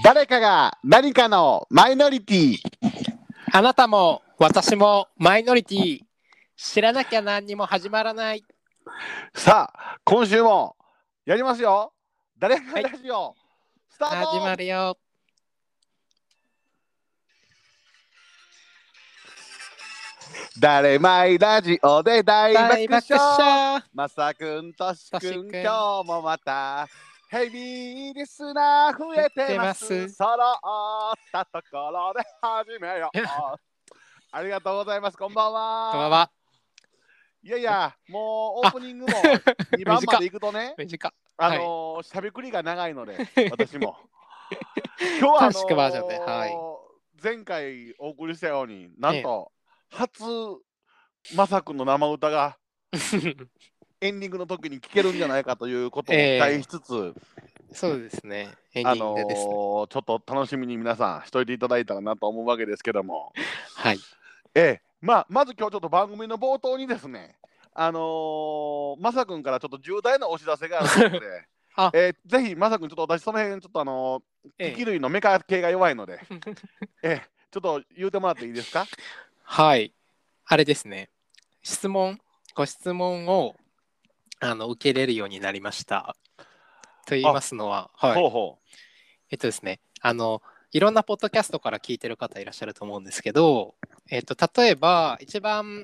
誰かが何かのマイノリティ。 あなたも私もマイノリティ。知らなきゃ何にも始まらない。 さあ、今週もやりますよ。誰かラジオ、スタート。 始まるよ。 誰マイラジオで大爆笑。まさくんとしくん、今日もまたヘビーリスナー増えてます。揃ったところで始めよう。ありがとうございます。こんばんは。 こんばんは。 いやいや、もうオープニングも2番まで行くとね、しゃべくりが長いので、私も。今日は前回お送りしたように、なんと初まさくんの生歌がエンディングの時に聴けるんじゃないかということを期待しつつ、 そうですね。エンディングですね。 ちょっと楽しみに皆さんしといていただいたらなと思うわけですけども、 はい。 まず今日ちょっと番組の冒頭にですね、まさくんからちょっと重大なお知らせがあるということで、ぜひまさくんちょっと私その辺ちょっと機器類のメカ系が弱いので、ちょっと言うてもらっていいですか？ はい。あれですね。ご質問を受けれるようになりました。と言いますのは、ですね、いろんなポッドキャストから聞いてる方いらっしゃると思うんですけど、例えば一番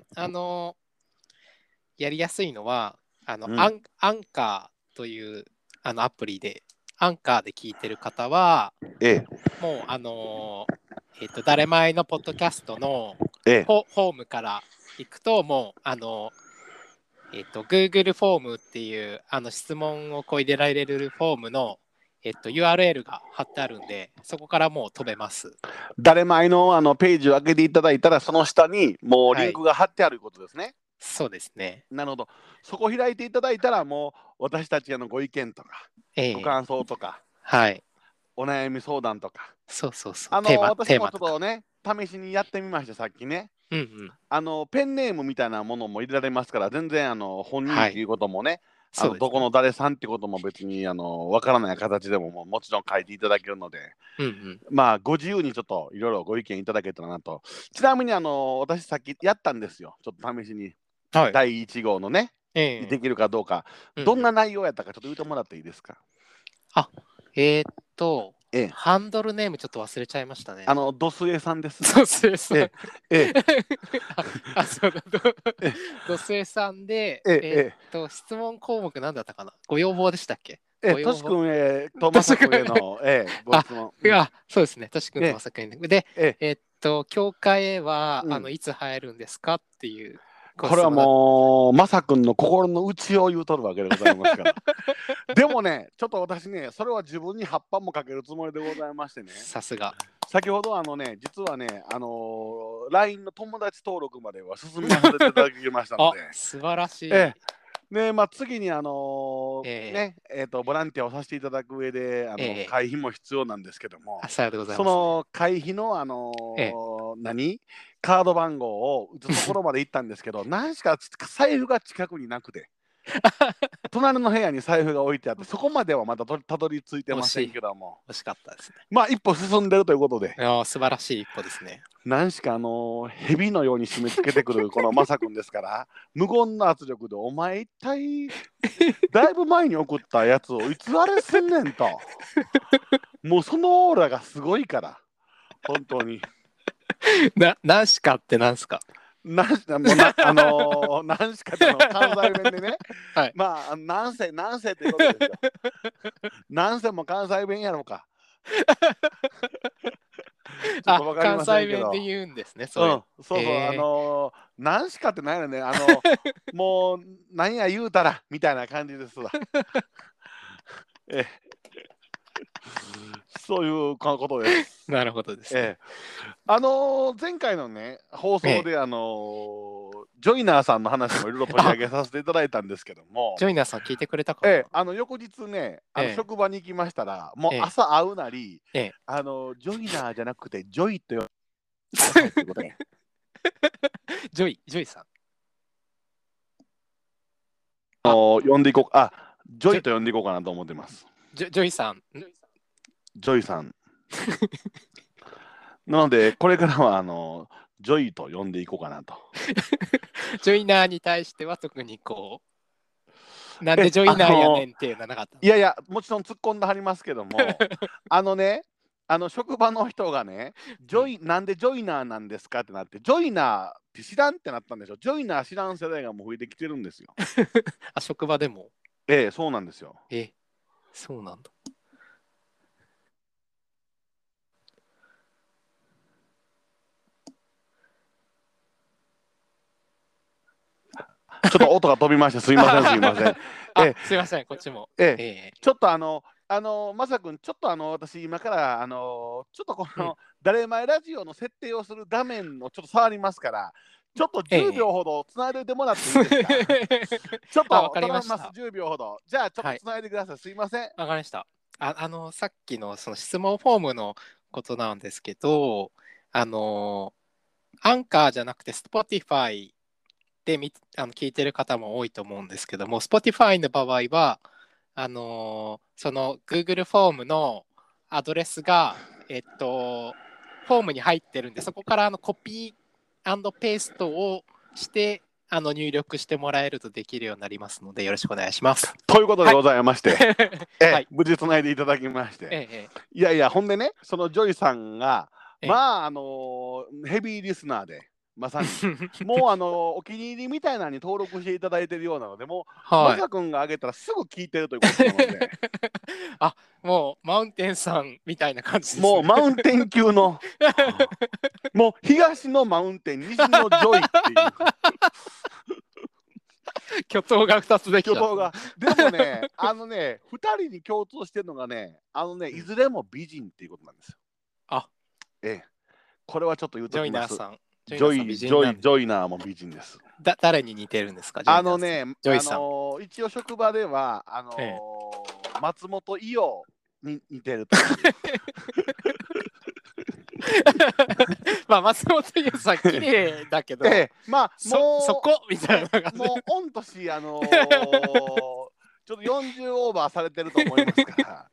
やりやすいのはアンカーというアプリでアンカーで聞いてる方は、もう誰前のポッドキャストのホームから行くともうGoogle フォームっていう質問を入れられるフォームのURL が貼ってあるんで、そこからもう飛べます。 誰前のページを開けていただいたら、その下にもうリンクが貼ってあることですね。 そうですね。 なるほど。そこ開いていただいたら、もう私たちへのご意見とか、ご感想とか、お悩み相談とか。 そう。 私もちょっとね、試しにやってみました、さっきね。ペンネームみたいなものも入れられますから、全然本人っていうこともね、どこの誰さんってことも別にわからない形でももちろん書いていただけるので、まあご自由にちょっといろいろご意見いただけたらなと。ちなみに私さっきやったんですよ、ちょっと試しに。第1号のね、できるかどうか。どんな内容やったかちょっと言ってもらっていいですか？ ハンドルネームちょっと忘れちゃいましたね。 ドスエさんです。 ドスエさん。そうだ。ドスエさんで、質問項目何だったかな？ご要望でしたっけ？ としくんとまさくんへのご質問。 そうですね。としくんとまさくんへ。で、教会へはいつ入るんですかっていう。 これはもうまさくんの心の内を言うとるわけでございますから。でもね、ちょっと私ね、それは自分に葉っぱもかけるつもりでございましてね。 さすが。 先ほど実はね、LINE の友達登録までは進めさせていただきましたので。 素晴らしい。 で、次にボランティアをさせていただく上で会費も必要なんですけども、その会費のカード番号を打つところまで行ったんですけど、何しか財布が近くになくて、隣の部屋に財布が置いてあって、そこまではまだたどり着いてませんけども、 惜しかったですね。 まあ一歩進んでるということで、 素晴らしい一歩ですね。 何しか蛇のように締め付けてくるこのまさくんですから、無言の圧力でお前一体だいぶ前に送ったやつをいつあれすんねんと、もうそのオーラがすごいから本当に。 何しかって何すか？ 何しかって関西弁でね、まあなんせってことですよ。なんせも関西弁やろうか。 関西弁で言うんですね。 なんしかってないよね。もう何や言うたらみたいな感じですわ。そういうことです。 なるほどですね。 前回のね放送でジョイナーさんの話もいろいろ取り上げさせていただいたんですけども、 ジョイナーさん聞いてくれたかな？翌日ね職場に行きましたら、もう朝会うなりジョイナーじゃなくてジョイと呼んでくださいってことね。 ジョイさん。 呼んでいこう。ジョイと呼んでいこうかなと思ってます。 ジョイさん。 ジョイさん。 なので、これからはジョイと呼んでいこうかなと。 ジョイナーに対しては特にこう、なんでジョイナーやねんっていうのはなかった。 いやいや、もちろん突っ込んではりますけども、職場の人がね、なんでジョイナーなんですかってなって、ジョイナーって知らんってなったんでしょ。ジョイナー知らん世代がもう増えてきてるんですよ。 あ、職場でも。 そうなんですよ。 そうなんだ。 ちょっと音が飛びまして、すいません、すいません。 すいません、こっちも。 ちょっとまさくん、ちょっと私、今から、ちょっとこの、誰前ラジオの設定をする画面をちょっと触りますから、ちょっと10秒ほどつないでもらっていいですか。ちょっと頼みます、10秒ほど。じゃあ、ちょっとつないでください。すいません。 わかりました。さっきのその質問フォームのことなんですけど、アンカーじゃなくて Spotify で聞いてる方も多いと思うんですけども、Spotify の場合は、その Google フォームのアドレスが、フォームに入ってるんで、そこからコピー&ペーストをして入力してもらえるとできるようになりますので、よろしくお願いします。 ということでございまして、無事つないでいただきまして、いやいや、ほんでね、そのジョイさんが、まあヘビーリスナーで、まさにもうお気に入りみたいなのに登録していただいているようなので、もうまさくんがあげたらすぐ聞いてるということなのでもうマウンテンさんみたいな感じですね。 もうマウンテン級のもう東のマウンテン、西のジョイっていう巨頭が2つできた。 巨頭が。でもね、2人に共通してるのがね、いずれも美人っていうことなんですよ。これはちょっと言うときます。ジョイナーも美人です。 誰に似てるんですか？ 一応職場では松本伊代に似てるとまあ松本伊代さん綺麗だけど、 まあそこみたいなもう御年ちょっと40オーバーされてると思いますから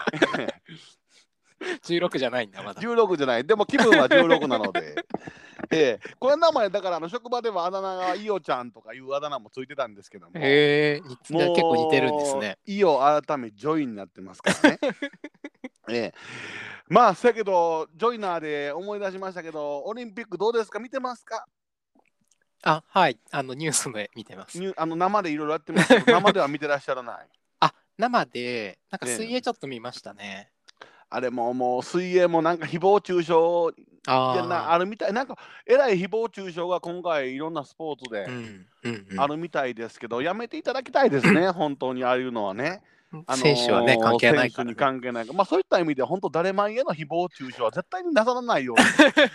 16じゃないんだ、まだ。 16じゃない。でも気分は16なので。これ名前だから職場ではあだ名が伊代ちゃんとかいうあだ名もついてたんですけども。 結構似てるんですね。 伊代改めジョイになってますからね。まあ、せやけど、ジョイナーで思い出しましたけど、オリンピックどうですか？見てますか？ はい。ニュースで見てます。 生でいろいろやってますけど、生では見てらっしゃらない。 生で、なんか水泳ちょっと見ましたね。 あれもう水泳もなんか誹謗中傷あるみたい、なんかえらい誹謗中傷が今回いろんなスポーツであるみたいですけど、やめていただきたいですね、本当にああいうのはね。 選手はね、関係ないから、ね。 選手に関係ない。まあそういった意味で本当誰前への誹謗中傷は絶対になさらないように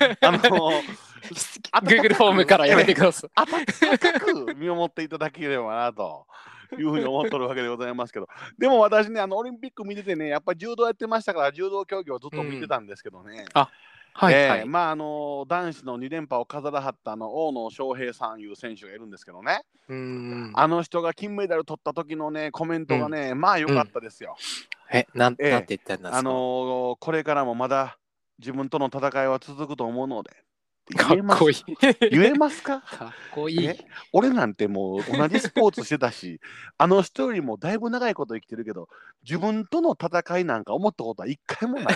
Google フォームからやめてください。 温かく見守っていただければなというふうに思ってるわけでございますけど、でも私ね、オリンピック見ててね、やっぱり柔道やってましたから、柔道競技をずっと見てたんですけどね。まあ男子の2連覇を飾らはった大野将平さんいう選手がいるんですけどね、あの人が金メダル取った時のねコメントがね、まあ良かったですよ。 なんて言ってんですか？ これからもまだ自分との戦いは続くと思うので。 かっこいい。 言えますか？ かっこいい。 俺なんてもう同じスポーツしてたし、あの人よりもだいぶ長いこと生きてるけど、自分との戦いなんか思ったことは一回もない。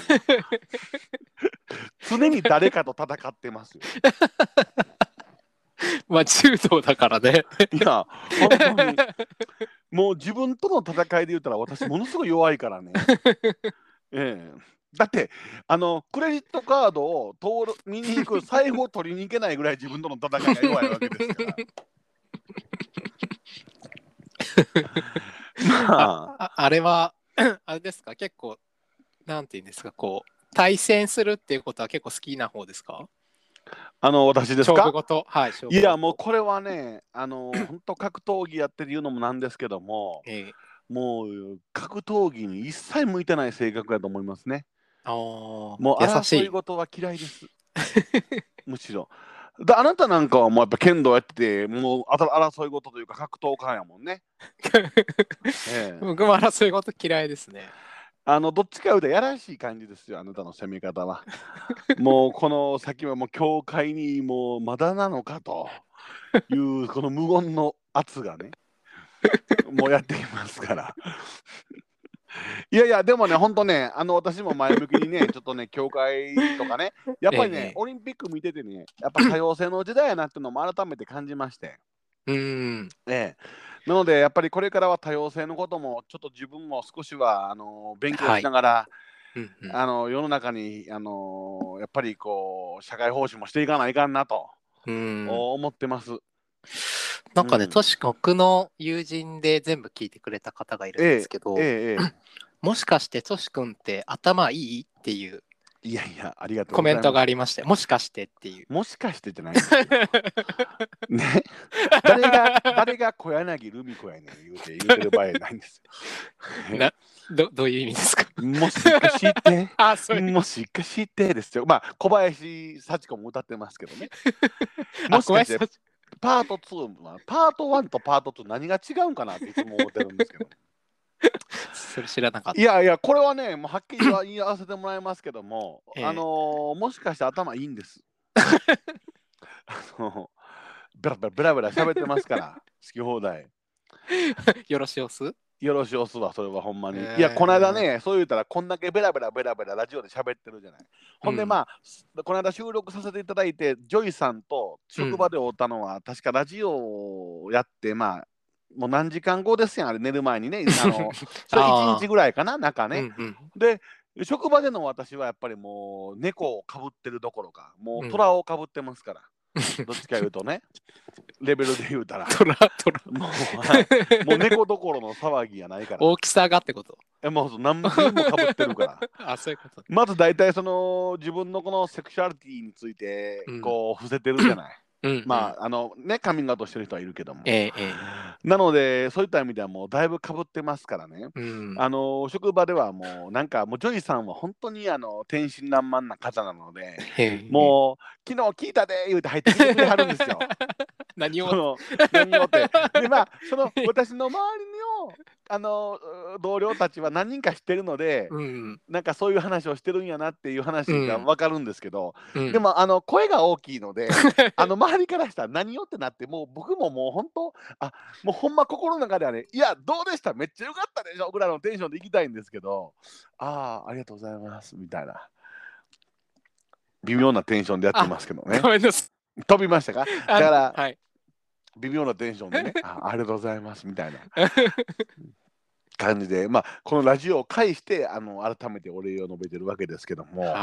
常に誰かと戦ってますよ。 まあ柔道だからね。 いや本当にもう自分との戦いで言ったら私ものすごい弱いからね。だってクレジットカードを見に行く財布を取りに行けないぐらい自分との戦いが弱いわけですから。 あれはあれですか、結構なんていうんですか、こう対戦するっていうことは結構好きな方ですか？ 私ですか？ 勝負事。 いやもうこれはね本当格闘技やってるいうのもなんですけども、もう格闘技に一切向いてない性格だと思いますね。もう争い事は嫌いです。むしろ。あなたなんかはもうやっぱ剣道やってて、もう争い事というか格闘家やもんね。 僕も争い事嫌いですね。 どっちかいうとやらしい感じですよ、あなたの攻め方は。もうこの先はもう教会にもうまだなのかというこの無言の圧がね、もうやってきますから。いやいや、でもね、ほんとね、私も前向きにね、ちょっとね、教会とかね、やっぱりね、オリンピック見ててね、やっぱ多様性の時代やなっていうのも改めて感じまして。なので、やっぱりこれからは多様性のことも、ちょっと自分も少しは勉強しながら、世の中に、やっぱりこう、社会奉仕もしていかないかんなと思ってます。 なんかね、確か僕の友人で全部聞いてくれた方がいるんですけど、もしかしてトシ君って頭いいっていういやいや、ありがとうコメントがありまして、もしかしてっていう。 もしかしてじゃないんですよ。ね。誰が小柳ルミ子やねん言うてる場合ないんですよ。 どういう意味ですか？ もしかしてもしかしてですよ。まあ、小林幸子も歌ってますけどね。もしかしてパート2は、パート1とパート2何が違うんかなっていつも思ってるんですけど。 それ知らなかった。 いやいや、これはね、もうはっきり言い合わせてもらいますけども、もしかして頭いいんです。ベラベラ喋ってますから、好き放題。 よろしおすわ、それはほんまに。いや、この間ね、そう言うたら、こんだけベラベララジオで喋ってるじゃない。ほんで、まあ、この間収録させていただいて、ジョイさんと職場で会ったのは、確かラジオをやって、まあ、もう何時間後ですやん、あれ寝る前にね、それ1日ぐらいかな、中ね。で、職場での私はやっぱりもう猫をかぶってるどころか、もう虎をかぶってますから、どっちか言うとね、レベルで言うたら。もう猫どころの騒ぎやないから。 大きさがってこと？ もう何分もかぶってるから。 あ、そういうこと。 まず大体その自分のこのセクシュアリティについてこう伏せてるじゃない。まあね、カミングアウトしてる人はいるけども、なのでそういった意味ではもうだいぶかぶってますからね、職場ではもうなんかもうジョイさんは本当に天真爛漫な方なので、もう昨日聞いたで言うて入ってきてくれはるんですよ。 何をってで、まあその私の周りの同僚たちは何人か知ってるので、なんかそういう話をしてるんやなっていう話が分かるんですけど、でも声が大きいので周りからしたら何よってなって、もう僕ももう本当もうほんま心の中ではね、いやどうでした、めっちゃ良かったでしょぐらいのテンションで行きたいんですけど、ありがとうございますみたいな微妙なテンションでやってますけどね。飛びましたか？だから、微妙なテンションでね、ありがとうございますみたいな感じで、まあこのラジオを介して改めてお礼を述べてるわけですけども、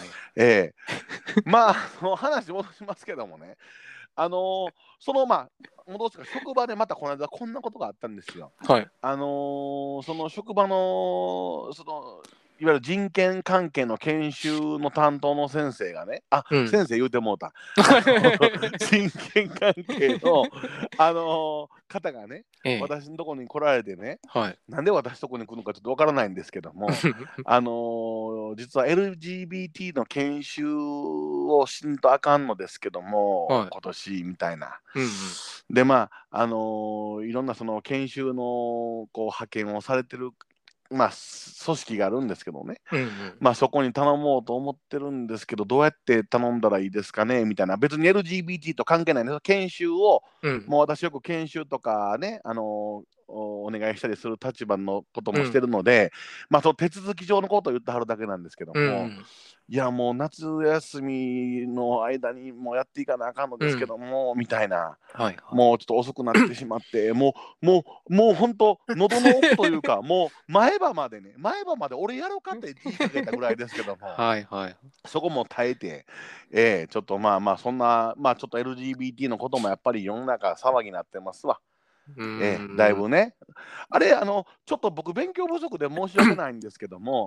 まあ話戻しますけどもね、そのまあ戻すか、職場でまたこの間こんなことがあったんですよ。その職場のいわゆる人権関係の研修の担当の先生がね、先生言うてもうた人権関係の方がね、私のところに来られてね、なんで私のところに来るのかちょっとわからないんですけども実は LGBT の研修をしんとあかんのですけども、今年みたいな。でまあいろんなその研修のこう派遣をされてるまあ組織があるんですけどね、まあそこに頼もうと思ってるんですけど、どうやって頼んだらいいですかねみたいな。別に LGBT と関係ないんです。研修を、もう私よく研修とかねお願いしたりする立場のこともしてるので、まあその手続き上のことを言ってはるだけなんですけども、いやもう夏休みの間にもうやっていかなあかんのですけども、みたいな、もうちょっと遅くなってしまってもう本当喉の奥というかもう前歯まで俺やろうかって言いかけたぐらいですけどもそこも耐えて、ちょっとまあそんなまあちょっと LGBT のこともやっぱり世の中騒ぎになってますわ。だいぶね。あれちょっと僕勉強不足で申し訳ないんですけども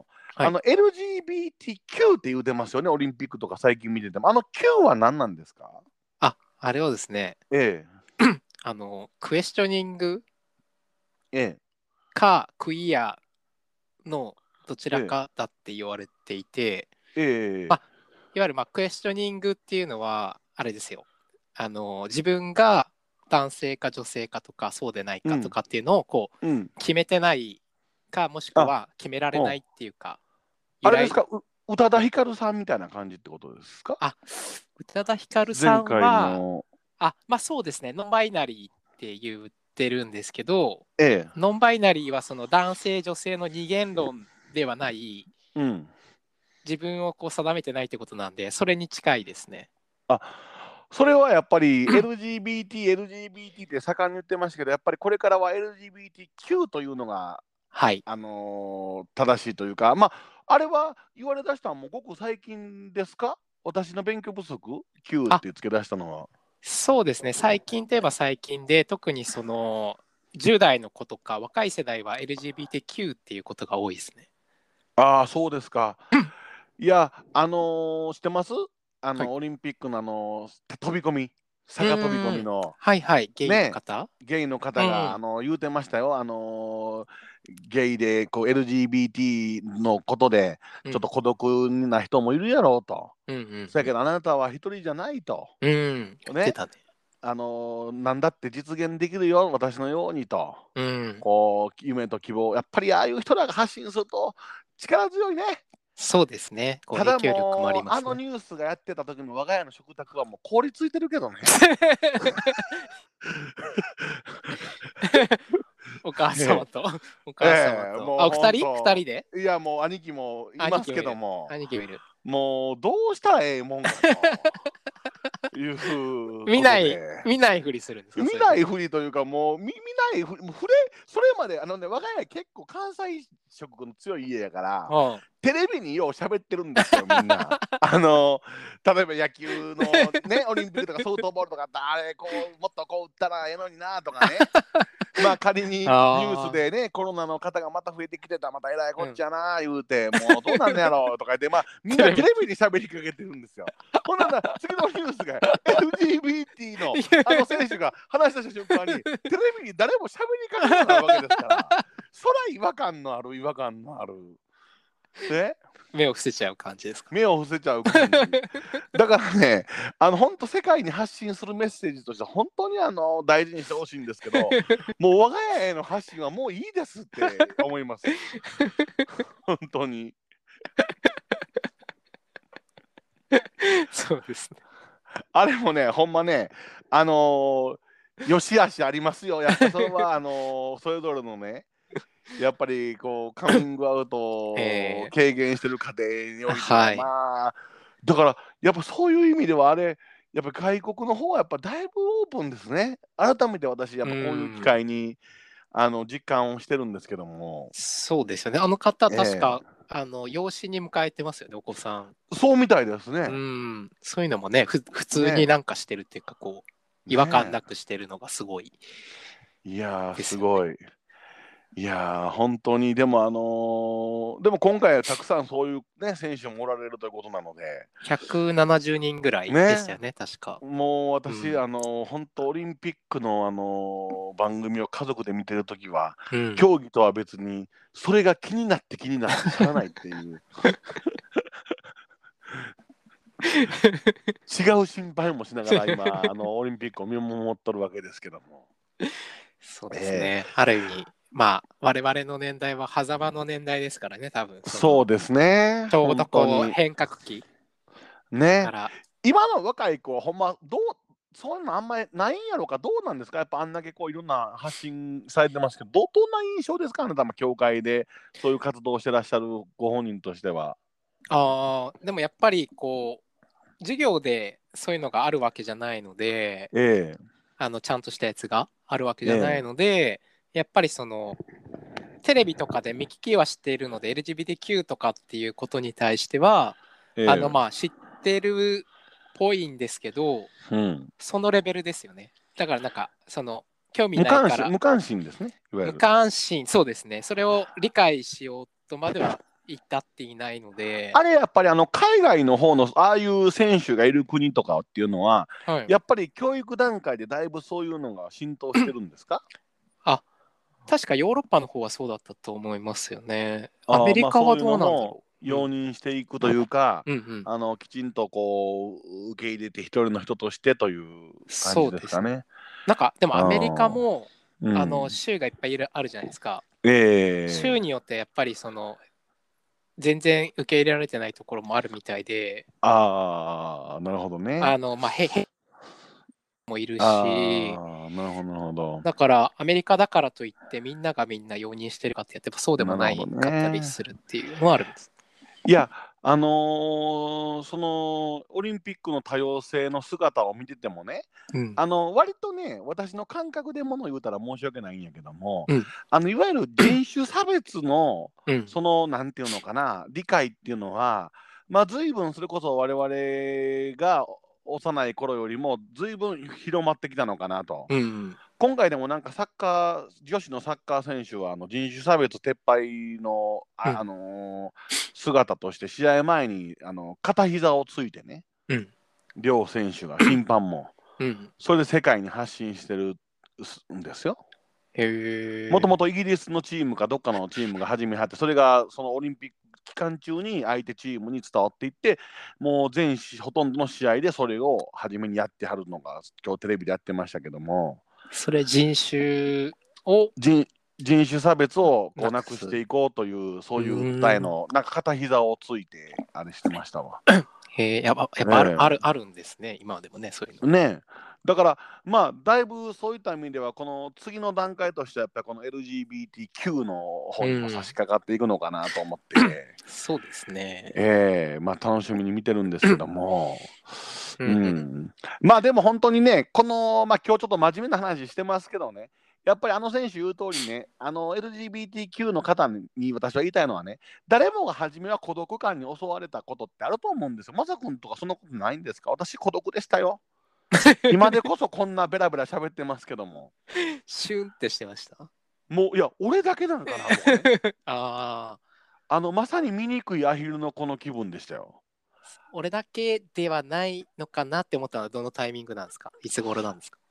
LGBTQ って言うてますよね、オリンピックとか最近見てても。Q は何なんですか？ あれをですね、クエスチョニングかクイアのどちらかだって言われていて、いわゆるクエスチョニングっていうのはあれですよ、自分が男性か女性かとかそうでないかとかっていうのをこう、決めてないか、もしくは決められないっていうか。 あれですか、宇多田ヒカルさんみたいな感じってことですか？ 宇多田ヒカルさんは、まあそうですね、ノンバイナリーって言ってるんですけど、ノンバイナリーはその男性女性の二元論ではない、自分をこう定めてないってことなんで、それに近いですね。 それはやっぱり LGBT って盛んに言ってましたけど、やっぱりこれからは LGBTQ というのが、正しいというか、まああれは言われだしたのもごく最近ですか？私の勉強不足 Q って付け出したのは。 そうですね、最近といえば最近で、特にその10代の子とか若い世代は LGBTQ っていうことが多いですね。 そうですか。いや、知ってます？オリンピックの飛び込み、坂飛び込みの、 ゲイの方、 ゲイの方が、言うてましたよ。ゲイでこう LGBT のことでちょっと孤独な人もいるやろうと。そやけどあなたは一人じゃないと。 ね。 なんだって実現できるよ、私のようにと。こう夢と希望、やっぱりああいう人らが発信すると力強いね。 そうですね。 ただもうあのニュースがやってた時の我が家の食卓はもう凍りついてるけどね。 お母様とお母様と、お二人で？ いやもう兄貴もいますけども、 兄貴もいる。 もうどうしたらええもんかというふう見ないふりするんですか？ 見ないふりというか、もう見ないふり、それまで我が家結構関西色の強い家やから、テレビによう喋ってるんですよ、みんな。例えば野球のね、オリンピックとかソフトボールとか、もっとこう打ったらええのになとかね。まあ仮にニュースでね、コロナの方がまた増えてきてた、またえらいこっちゃな言うて、もうどうなんねやろとか言って、まあみんなテレビに喋りかけてるんですよ。ほんなら次のニュースが LGBT の選手が話した瞬間にテレビに誰も喋りかけないわけですから、そら違和感のある。 目を伏せちゃう感じですか？ 目を伏せちゃう感じ。だからね、本当世界に発信するメッセージとしては本当に大事にしてほしいんですけど、もう我が家への発信はもういいですって思います。本当に。 そうですね。 あれもね、ほんまね、よしあしありますよ。やっぱそれはそれぞれのね、やっぱりこうカミングアウトを軽減してる家庭においては、まあだからやっぱそういう意味ではやっぱ外国の方はやっぱだいぶオープンですね。改めて私やっぱこういう機会に実感をしてるんですけども。 そうですよね。あの方確か、養子に迎えてますよね、お子さん。 そうみたいですね。 そういうのもね、普通になんかしてるっていうか、こう違和感なくしてるのがすごい。 いやー、すごい。いやー、本当にでもでも今回はたくさんそういうね選手もおられるということなので、 170人ぐらいでしたよね、確か。 もう私、本当オリンピックの番組を家族で見てるときは、競技とは別にそれが気になってしゃあないっていう違う心配もしながら今オリンピックを見守っとるわけですけども。 そうですね、ある意味まあ我々の年代は狭間の年代ですからね、多分。 そうですね。 ちょうどこう変革期ね。今の若い子はほんまそういうのあんまりないんやろうか、どうなんですか？やっぱあんだけこういろんな発信されてますけど、どんな印象ですか？あなたも教会でそういう活動をしてらっしゃるご本人としては。 でもやっぱりこう授業でそういうのがあるわけじゃないので、ちゃんとしたやつがあるわけじゃないので、やっぱりそのテレビとかで見聞きはしているので LGBTQ とかっていうことに対しては、まあ知ってるっぽいんですけど、そのレベルですよね。だからなんかその興味ないから無関心ですね。 無関心、そうですね。それを理解しようとまでは至っていないので。 あれやっぱり海外の方のああいう選手がいる国とかっていうのは、やっぱり教育段階でだいぶそういうのが浸透してるんですか？ 確かヨーロッパの方はそうだったと思いますよね。アメリカはどうなんだろう。 容認していくというか、きちんとこう受け入れて一人の人としてという感じですかね。 なんかでもアメリカも州がいっぱいあるじゃないですか。 州によってやっぱりその全然受け入れられてないところもあるみたいで、 なるほどね。 まあもいるし、 なるほどなるほど。 だからアメリカだからといってみんながみんな容認してるかってやってそうでもないかったりするっていうのはあるんです。 いや、そのオリンピックの多様性の姿を見ててもね、割とね、私の感覚でもの言うたら申し訳ないんやけども、いわゆる人種差別の、そのなんていうのかな、理解っていうのは、まあ随分それこそ我々が幼い頃よりも随分広まってきたのかなと。今回でもなんか女子のサッカー選手は人種差別撤廃の、姿として試合前に片膝をついてね、両選手が審判も、それで世界に発信してるんですよ。もともとイギリスのチームかどっかのチームが始めはって、それがそのオリンピック期間中に相手チームに伝わっていって、もうほとんどの試合でそれを初めにやってはるのが今日テレビでやってましたけども、 それ人種を人種差別をこうなくしていこうというそういう訴えのなんか片膝をついてあれしてましたわ。 やっぱあるんですね、今でもね、そういうの。 ね、だからまあだいぶそういった意味ではこの次の段階としてはやっぱりこの LGBTQ の方にも差し掛かっていくのかなと思って、 そうですね。 まあ楽しみに見てるんですけども、まあでも本当にね、このまあ今日ちょっと真面目な話してますけどね、やっぱり選手言う通りね、LGBTQ の方に私は言いたいのはね、誰もが初めは孤独感に襲われたことってあると思うんですよ。まさくんとかそんなことないんですか？私孤独でしたよ。今でこそこんなベラベラ喋ってますけども。 シュンってしてました？ もういや、俺だけなのかなとかね。まさに醜いアヒルのこの気分でしたよ。 俺だけではないのかなって思ったのはどのタイミングなんですか？いつ頃なんですか？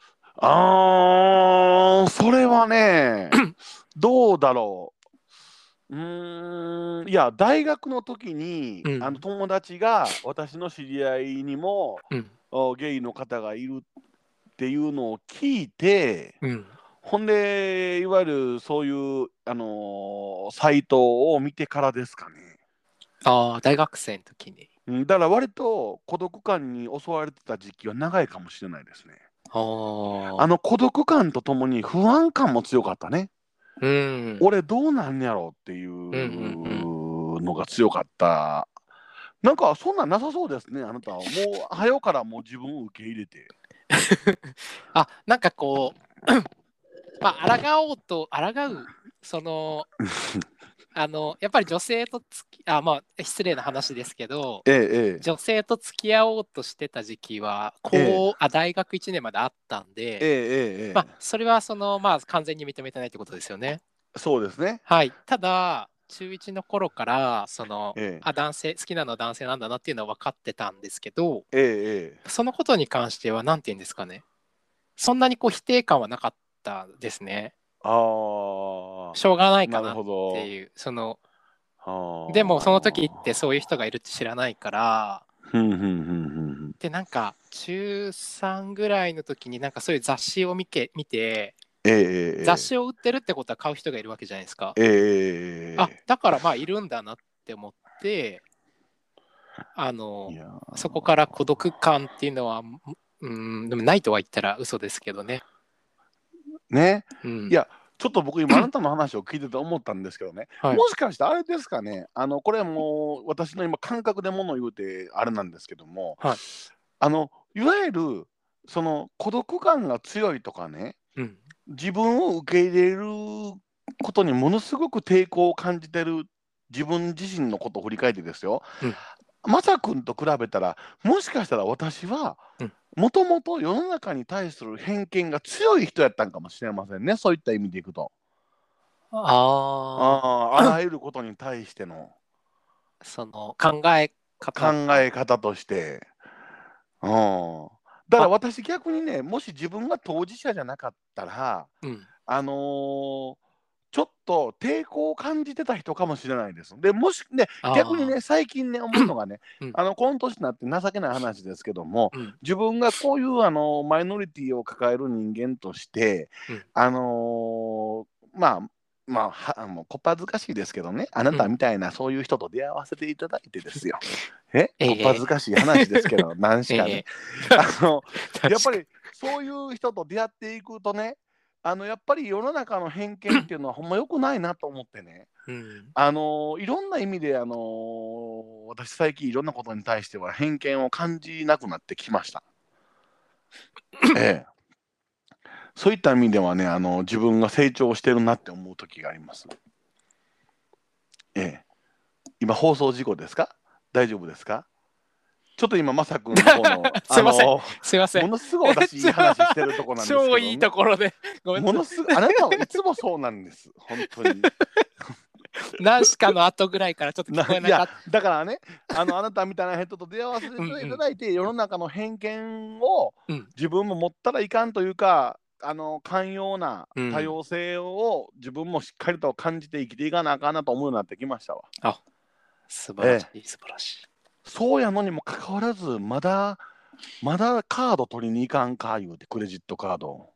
それはね、どうだろう。いや、大学の時に、友達が私の知り合いにも、ゲイの方がいるっていうのを聞いて、ほんで、いわゆるそういう、サイトを見てからですかね。 大学生の時に。 だから割と孤独感に襲われてた時期は長いかもしれないですね。孤独感とともに不安感も強かったね。俺どうなんやろうっていうのが強かった。なんかそんなんなさそうですね、あなたは。もう早からもう自分を受け入れて。 なんかこうまあ抗うそのやっぱり女性とまあ失礼な話ですけど、女性と付き合おうとしてた時期は大学1年まであったんで、まあそれはまあ完全に認めてないってことですよね。 そうですね。 はい。ただ中1の頃から男性好きなのは男性なんだなっていうのは分かってたんですけど、そのことに関しては何て言うんですかね、そんなにこう否定感はなかったですね。しょうがないかなっていう、でもその時ってそういう人がいるって知らないから、でなんか中3ぐらいの時になんかそういう雑誌を見て、雑誌を売ってるってことは買う人がいるわけじゃないですか。だからまあいるんだなって思って、そこから孤独感っていうのはでもないとは言ったら嘘ですけどね。 いやちょっと僕今あなたの話を聞いてて思ったんですけどね、もしかしてあれですかね、これはもう私の今感覚でものを言うてあれなんですけども、いわゆるその孤独感が強いとかね、自分を受け入れることにものすごく抵抗を感じてる自分自身のことを振り返ってですよ、まさくんと比べたらもしかしたら私はもともと世の中に対する偏見が強い人やったんかもしれませんね、そういった意味でいくと。あらゆることに対してのその考え方として、だから私逆にね、もし自分が当事者じゃなかったら、ちょっと抵抗を感じてた人かもしれないです。でもしね、逆にね、最近ね思うのがね、この年になって情けない話ですけども、自分がこういうマイノリティを抱える人間として、まあまあ、もうこっぱずかしいですけどね、あなたみたいなそういう人と出会わせていただいてですよ。こっぱずかしい話ですけど、何しかね。やっぱりそういう人と出会っていくとね、やっぱり世の中の偏見っていうのはほんま良くないなと思ってね、いろんな意味で、私最近いろんなことに対しては偏見を感じなくなってきました。そういった意味ではね、自分が成長してるなって思う時があります。今放送事故ですか？大丈夫ですか？ちょっと今まさくんの方のすいません、すいません。 ものすごい私いい話してるとこなんですけど、ね、 超いいところでものすごいあなたはいつもそうなんです本当に。 何しかの後ぐらいからちょっと聞こえなかった。 いやだからね、あなたみたいな人と出会わせていただいて世の中の偏見を自分も持ったらいかんというか、寛容な多様性を自分もしっかりと感じて生きていかなあかんなと思うようになってきましたわ。 あ、素晴らしい、素晴らしい。 そうやのにもかかわらずまだカード取りに行かんか言うて、クレジットカード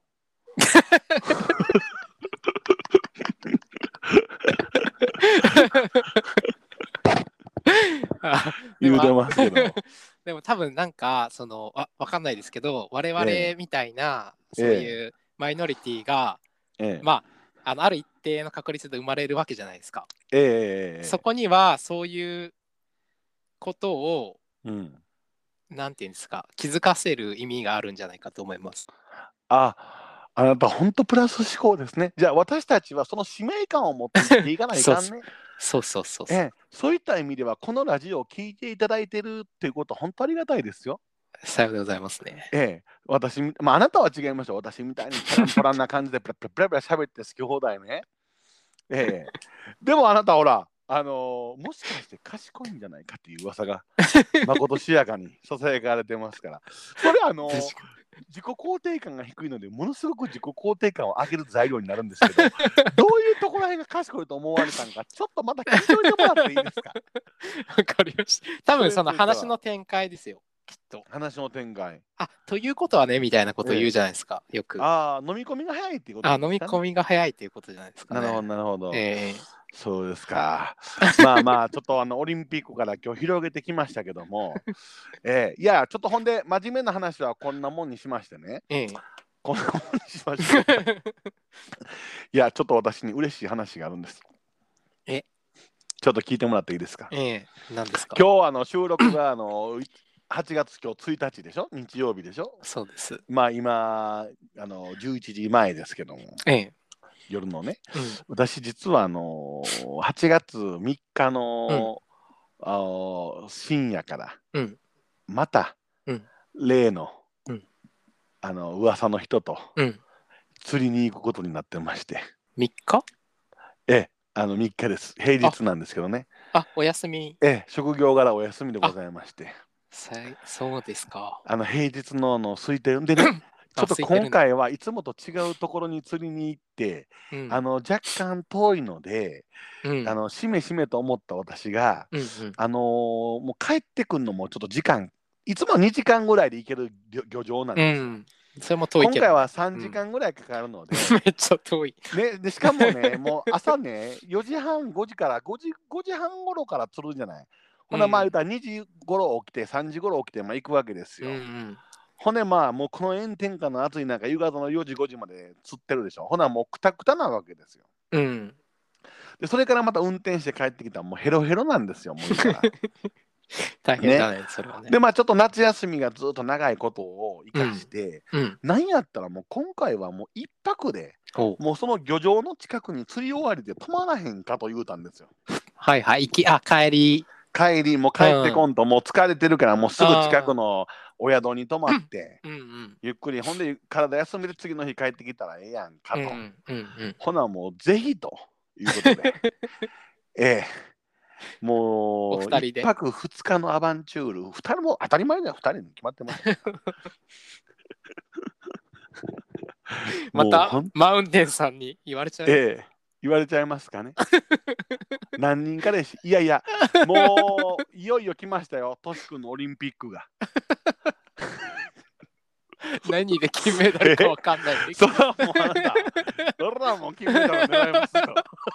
言うてますけどでも多分なんかわかんないですけど、我々みたいなそういうマイノリティが、まあある一定の確率で生まれるわけじゃないですか。そこにはそういうことを、なんていうんですか、気づかせる意味があるんじゃないかと思います。 あなた本当プラス思考ですね。じゃあ私たちはその使命感を持って生きていかないかんね。そういった意味ではこのラジオを聞いていただいてるっていうことは本当ありがたいですよ。 さようでございますね。 私、あなたは違いました。私みたいにトランな感じでプラプラ喋って好き放題ね。でもあなたほら、もしかして賢いんじゃないかっていう噂がまことしやかにささやかれてますから、それ自己肯定感が低いのでものすごく自己肯定感を上げる材料になるんですけど、どういうところらへんが賢いと思われたんかちょっとまた聞いておいてもらっていいですか？ わかりました。多分その話の展開ですよ。きっと話の展開。 ということはねみたいなことを言うじゃないですか、よく。 飲み込みが早いっていうことですかね。 飲み込みが早いっていうことじゃないですかね。 なるほどなるほど。そうですか。まあちょっとオリンピックから今日広げてきましたけども、いやちょっとほんで真面目な話はこんなもんにしましてね。こんなもんにしまして。いやちょっと私に嬉しい話があるんです。ちょっと聞いてもらっていいですか？ 何ですか？ 今日収録が8月今日1日でしょ、日曜日でしょ。 そうです。 今11時前ですけども、夜のね、私実は8月3日の、深夜から、また、例の、噂の人と、釣りに行くことになってまして。 3日 ？3日です。平日なんですけどね。 お休み。 職業柄お休みでございまして。 そうですか。 平日の空いてるんでね。ちょっと今回はいつもと違うところに釣りに行って、若干遠いので、しめしめと思った私が、もう帰ってくるのもちょっと時間、いつも2時間ぐらいで行ける漁場なんですよ。 それも遠いけど、 今回は3時間ぐらいかかるので、 めっちゃ遠い。 でしかもね、もう朝ね、4時半、5時から5時半頃から釣るんじゃない。ほな言うたら2時頃起きて3時頃起きて行くわけですよ。ほんでもうこの炎天下の暑い中夕方の4時5時まで釣ってるでしょ。ほなもうくたくたなわけですよ。でそれからまた運転して帰ってきたらもうヘロヘロなんですよ。もう今大変だね、それはね。 でちょっと夏休みがずっと長いことを生かして、なんやったらもう今回はもう一泊でもうその漁場の近くに釣り終わりで泊まらへんかと言うたんですよ。帰りも帰ってこんと、もう疲れてるからもうすぐ近くのお宿に泊まって、ゆっくりほんで体休めて次の日帰ってきたらええやんかと、ほなもうぜひということでもう1泊2日のアバンチュール、2人も当たり前だよ、2人に決まってますまたマウンテンさんに言われちゃう。 言われちゃいますかね。何人かでいやいやもういよいよ来ましたよ、トシ君のオリンピックが。 何で金メダルかわかんない。 それはもうあなたそれはもう金メダル狙いますよ。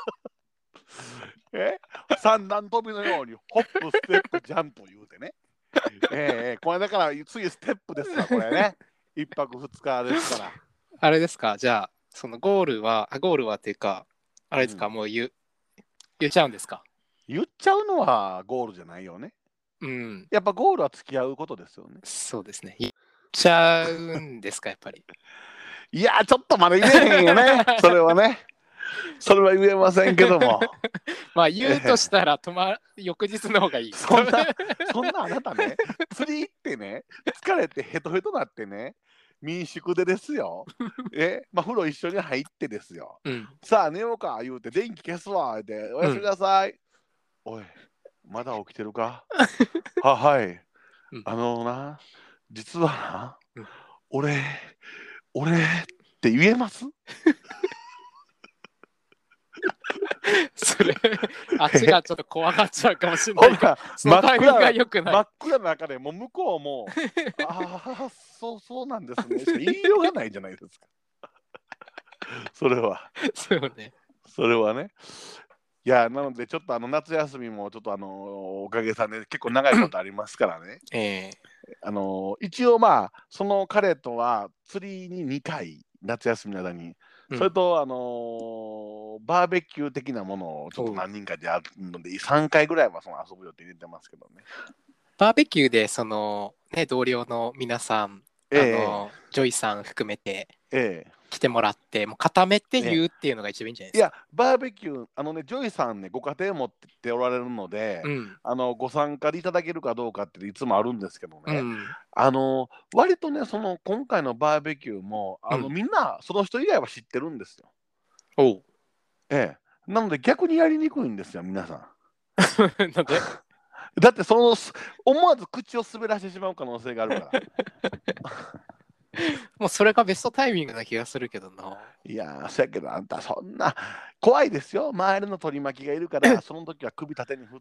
三段跳びのようにホップステップジャンプ言うてね。これだから次ステップですわこれね。一泊二日ですから。 あれですか、じゃあそのゴールはっていうかあれですか、もう言っちゃうんですか。 言っちゃうのはゴールじゃないよね。やっぱゴールは付き合うことですよね。 そうですね。言っちゃうんですかやっぱり。 いやちょっとまだ言えへんよね。それはね。それは言えませんけども。 まあ言うとしたら翌日の方がいい。 そんなあなたね、釣り行ってね、疲れてヘトヘトなってね、民宿でですよ。風呂一緒に入ってですよ。さあ寝ようか言うて電気消すわっておやすみなさい。おい、まだ起きてるか。はい。実はな、俺って言えます？ それあっちがちょっと怖がっちゃうかもしれないからそのタイミングが良くない。 真っ暗な中でもう向こうもああそうなんですねしか言いようがないじゃないですか。それはそれはね。いやなのでちょっと夏休みもちょっとおかげさんで結構長いことありますからね。一応まあその彼とは釣りに2回夏休みの間に、それとバーベキュー的なものをちょっと何人かでやるので3回ぐらいはその遊ぶ予定入れてますけどね。 バーベキューでそのね同僚の皆さんジョイさん含めて来てもらってもう固めて言うっていうのが一番いいんじゃないですか。 いやバーベキュージョイさんねご家庭持っておられるので、ご参加いただけるかどうかっていつもあるんですけどね、割とねその今回のバーベキューもみんなその人以外は知ってるんですよ。なので逆にやりにくいんですよ皆さん。 なんでだって思わず口を滑らしてしまう可能性があるから。 もうそれがベストタイミングな気がするけどな。 いやそやけどあんたそんな怖いですよ。周りの取り巻きがいるからその時は首縦に振って、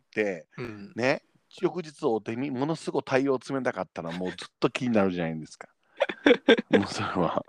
ね翌日お手にものすごい対応を詰めたかったらもうずっと気になるじゃないですか。もうそれは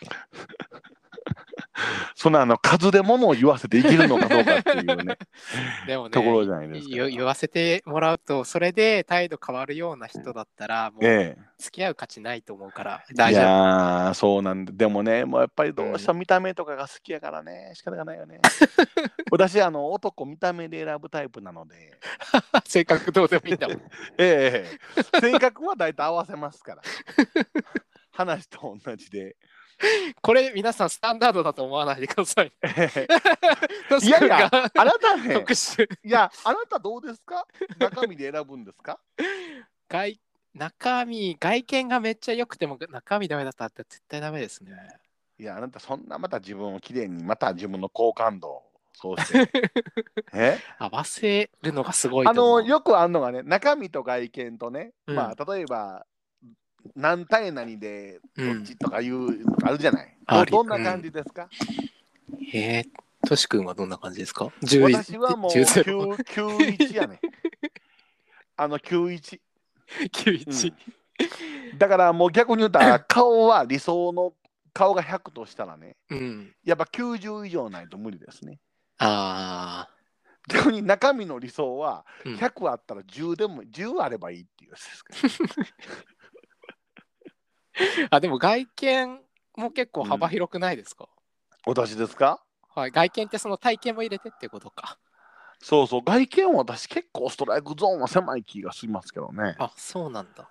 そんな数でものを言わせていけるのかどうかっていうねでもねところじゃないですか。 言わせてもらうとそれで態度変わるような人だったらもう付き合う価値ないと思うから大丈夫。いやそうなんででもねもうやっぱりどうしても見た目とかが好きやからね仕方がないよね。私男見た目で選ぶタイプなので性格どうでもいいんだもん。 性格は大体合わせますから話と同じで。 これ皆さんスタンダードだと思わないでください。 いやいやあなたねいやあなたどうですか中身で選ぶんですか。 外見がめっちゃ良くても中身ダメだったら絶対ダメですね。 いやあなたそんなまた自分をきれいにまた自分の好感度をそうして合わせるのがすごいと思う。 よくあるのがね中身と外見とね、まあ例えば何対何でどっちとかいうのがあるじゃない。どんな感じですか。 トシ君はどんな感じですか。 私はもう91やね。91。だからもう逆に言うたら顔は理想の顔が100としたらね、やっぱ90以上ないと無理ですね。逆に中身の理想は100あったら10でも10あればいいっていうやつですか。 でも外見も結構幅広くないですか。 私ですか。 はい、外見ってその体型も入れてってことか。 そう外見は私結構ストライクゾーンは狭い気がしますけどね。 そうなんだ。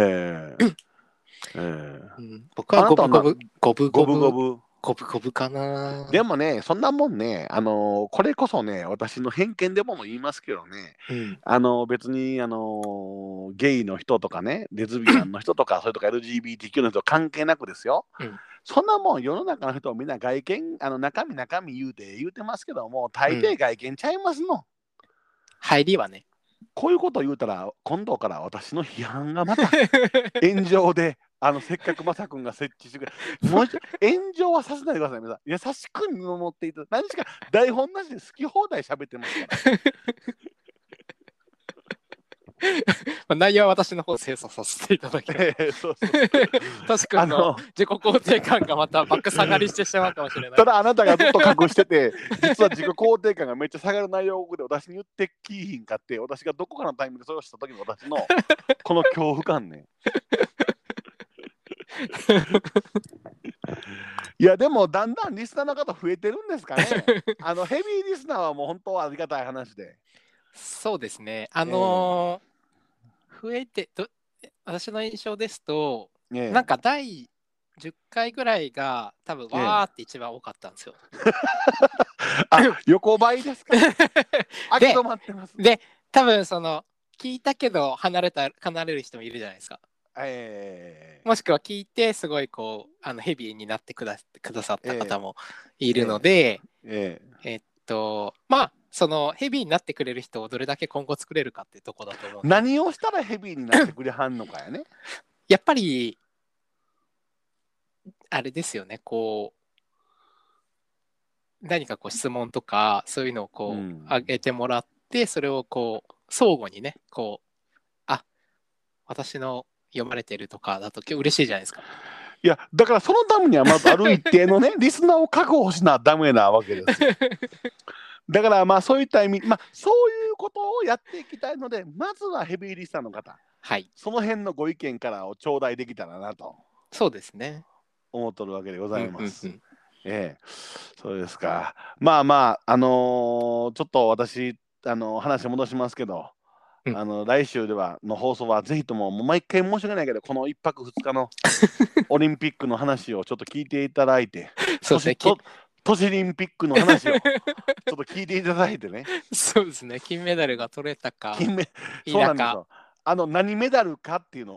僕は五分かな。 でもねそんなもんねこれこそね私の偏見でも言いますけどね、別にゲイの人とかねレズビアンの人とかそれとか LGBTQ の人関係なくですよ、そんなもん世の中の人をみんな外見中身言うてますけども大抵外見ちゃいますの、 入りはね。 こういうこと言うたら今度から私の批判がまた炎上でせっかくまさくんが設置してくれもう炎上はさせないでください。皆さん優しく見守っていただ何しか台本なしで好き放題喋ってますから内容は私の方精査させていただきます。そうトシ君の自己肯定感がまたバック下がりしてしまうかもしれない。 ただあなたがずっと隠してて、実は自己肯定感がめっちゃ下がる内容で私に言ってきひんかって、私がどこかのタイミングでそれをした時の私のこの恐怖感ね。いやでもだんだんリスナーの方増えてるんですかね。ヘビーリスナーはもう本当はありがたい話で。 そうですね。増えて私の印象ですと、なんか第10回ぐらいが多分わーって一番多かったんですよ。 横ばいですか。秋止まってます。 で多分その聞いたけど離れる人もいるじゃないですか。もしくは聞いてすごいこうヘビーになってくださった方もいるので、まあそのヘビーになってくれる人をどれだけ今後作れるかってとこだと思う。 何をしたらヘビーになってくれはんのかやね。 やっぱりあれですよね、こう何かこう質問とかそういうのをこう上げてもらって、それをこう相互にねこう私の読まれてるとかだと嬉しいじゃないですか。 いやだからそのためにはまずある一定のねリスナーを確保しなダメなわけですよ。だからまあそういった意味、そういうことをやっていきたいので、まずはヘビーリスナーの方、その辺のご意見からを頂戴できたらなと。 そうですね。 思っとるわけでございます。そうですか。ちょっと私話戻しますけど、来週ではの放送はぜひとも毎回申し訳ないけどこの1泊2日のオリンピックの話をちょっと聞いていただいて都市オリンピックの話をちょっと聞いていただいてね。 そうですね。金メダルが取れたかそうなんですよ。何メダルかっていうのを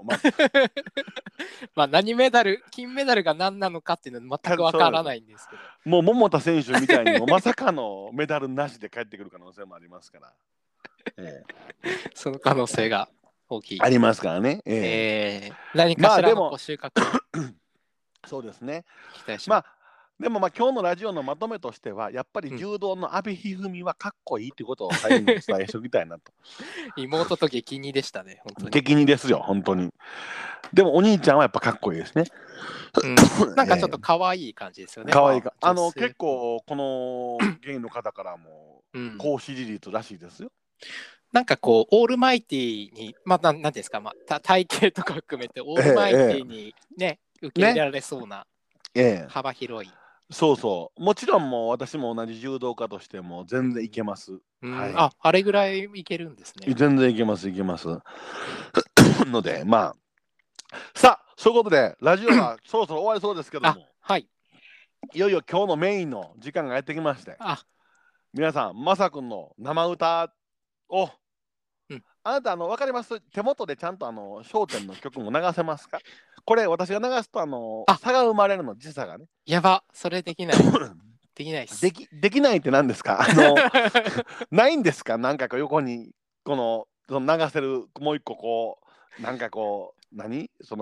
金メダルが何なのかっていうのは全くわからないんですけど、 もう桃田選手みたいにまさかのメダルなしで帰ってくる可能性もありますから、 その可能性が大きいありますからね。 何かしらの収穫そうですね。 期待します。 でも今日のラジオのまとめとしてはやっぱり柔道の阿部一二三はかっこいいってことを最後にお伝えしておきたいなと。 妹と激似でしたね、本当に。 激似ですよ、本当に。でもお兄ちゃんはやっぱかっこいいですね。 なんかちょっと可愛い感じですよね。 可愛いか。結構この芸の方からも高支持率らしいですよ。 なんかこうオールマイティになんですか、体型とか含めてオールマイティにね、受け入れられそうな幅広い。 そうそう。もちろんもう私も同じ柔道家としても全然いけます。 あれぐらいいけるんですね。 全然いけます。のでさあそういうことでラジオがそろそろ終わりそうですけども、いよいよ今日のメインの時間がやってきまして、皆さんまさくんの生歌をあなた分かります？手元でちゃんと笑点の曲も流せますか？これ私が流すと差が生まれるの、時差がね。 やば、それできない。できないっす。 できないって何ですか？ないんですか？なんか横にその流せるもう一個こうなんかこう端末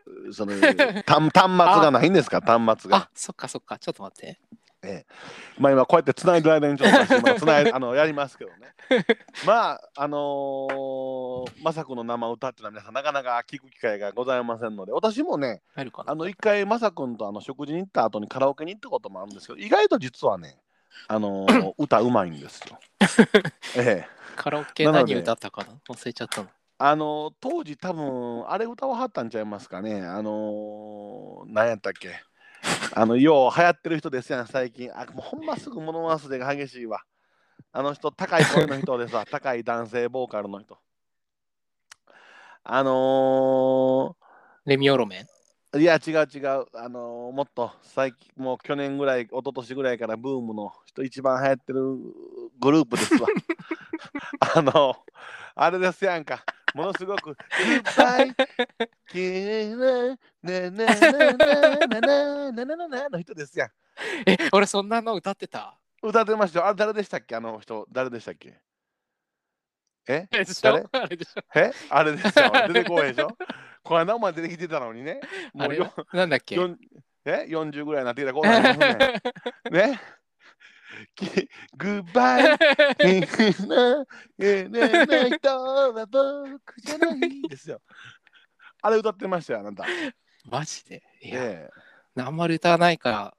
がないんですか？端末が。 そっかちょっと待って。 今こうやってつないでる間にちょっとやりますけどね。まさくの生歌っていうのは皆さんなかなか聞く機会がございませんので、私もね一回まさくんと食事に行った後にカラオケに行ったこともあるんですけど、意外と実はね歌うまいんですよ。 カラオケ何歌ったかな、忘れちゃったの。 当時多分あれ歌わはったんちゃいますかね。何やったっけ、よう流行ってる人ですやん最近。もうほんますぐ物忘れが激しいわ。人高い声の人でさ高い男性ボーカルの人、 レミオロメン。いや違うもっと最近もう去年ぐらい一昨年ぐらいからブームの人、一番流行ってるグループですわ。あれですやんか、ものすごく「いっぱいきれいななななななななな」の人ですやん。 俺そんなの歌ってた？ 歌ってましたよ。あれ誰でしたっけ？人誰でしたっけ？誰？あれですよ。出てこいでしょ。この間お前出てきてたのにね。 もうなんだっけ？ 40ぐらいになってきたらこうなりますね。ね。 グッバイな人は僕じゃないですよ。あれ歌ってましたよ、あなた。 マジでいや、あんまり歌わないから、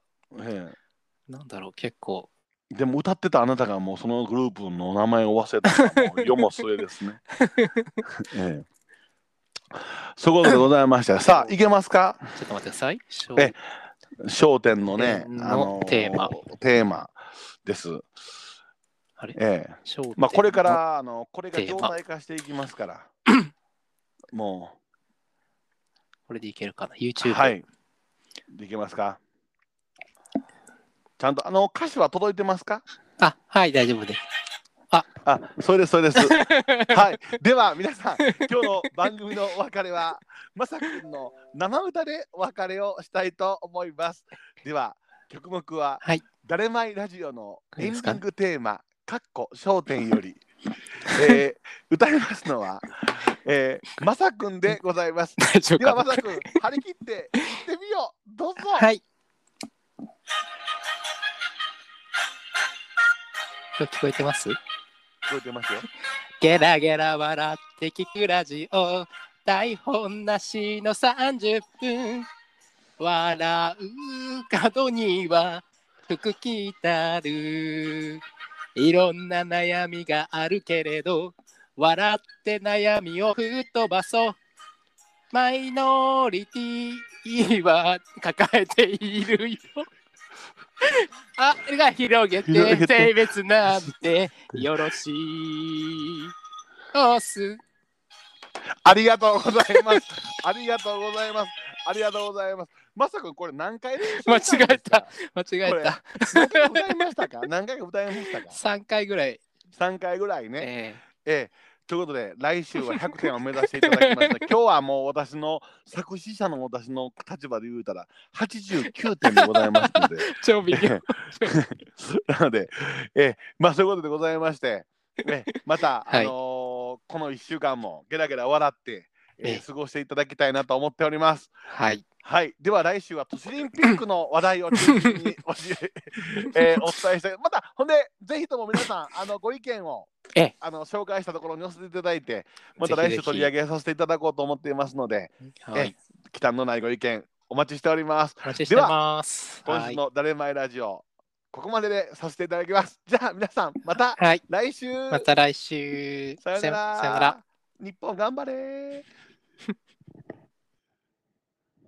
なんだろう、結構。 でも歌ってたあなたがもうそのグループの名前を忘れたのはもう世も末ですね。そういうことでございました。さあ、いけますか？ ちょっと待ってください。 笑点のね、 テーマです。 あれ？ まあこれからこれが状態化していきますから。もうこれでいけるかな？ YouTube。 はい。できますか？ちゃんと歌詞は届いてますか？ はい、大丈夫です。 そうです、そうです。はい。では皆さん、今日の番組のお別れはまさくんの生歌でお別れをしたいと思います。では曲目は、だれまいラジオのエンディングテーマ笑点より、歌いますのは、まさくんでございます。ではまさくん、張り切っていってみよう。どうぞ。 はい。聞こえてます？ 聞こえてますよ。 ゲラゲラ笑って聞くラジオ、台本なしの30分、笑う角には服着たる、いろんな悩みがあるけれど笑って悩みを吹っ飛ばそう、マイノリティは抱えているよが広げて性別なんてよろしいおす。 ありがとうございます。ありがとうございます。ありがとうございます。まさかこれ何回練習したんですか？ 間違えた。 何回歌いましたか？何回か歌いましたか ？3回ぐらい。 3回ぐらいね。ということで来週は100点を目指していただきますので今日はもう私の作詞者の私の立場で言うたら89点でございますので超微妙なので、まあそういうことでございまして、また、この1週間もゲラゲラ笑って、過ごしていただきたいなと思っております。 はい。 はい、では来週は都市オリンピックの話題を中心にお伝えして、またほんでぜひとも皆さんご意見を紹介したところに寄せていただいて、また来週取り上げさせていただこうと思っていますので、忌憚のないご意見お待ちしております。 では今週のだれまいラジオここまででさせていただきます。じゃあ皆さんまた来週。 また来週。 さよなら。日本頑張れ。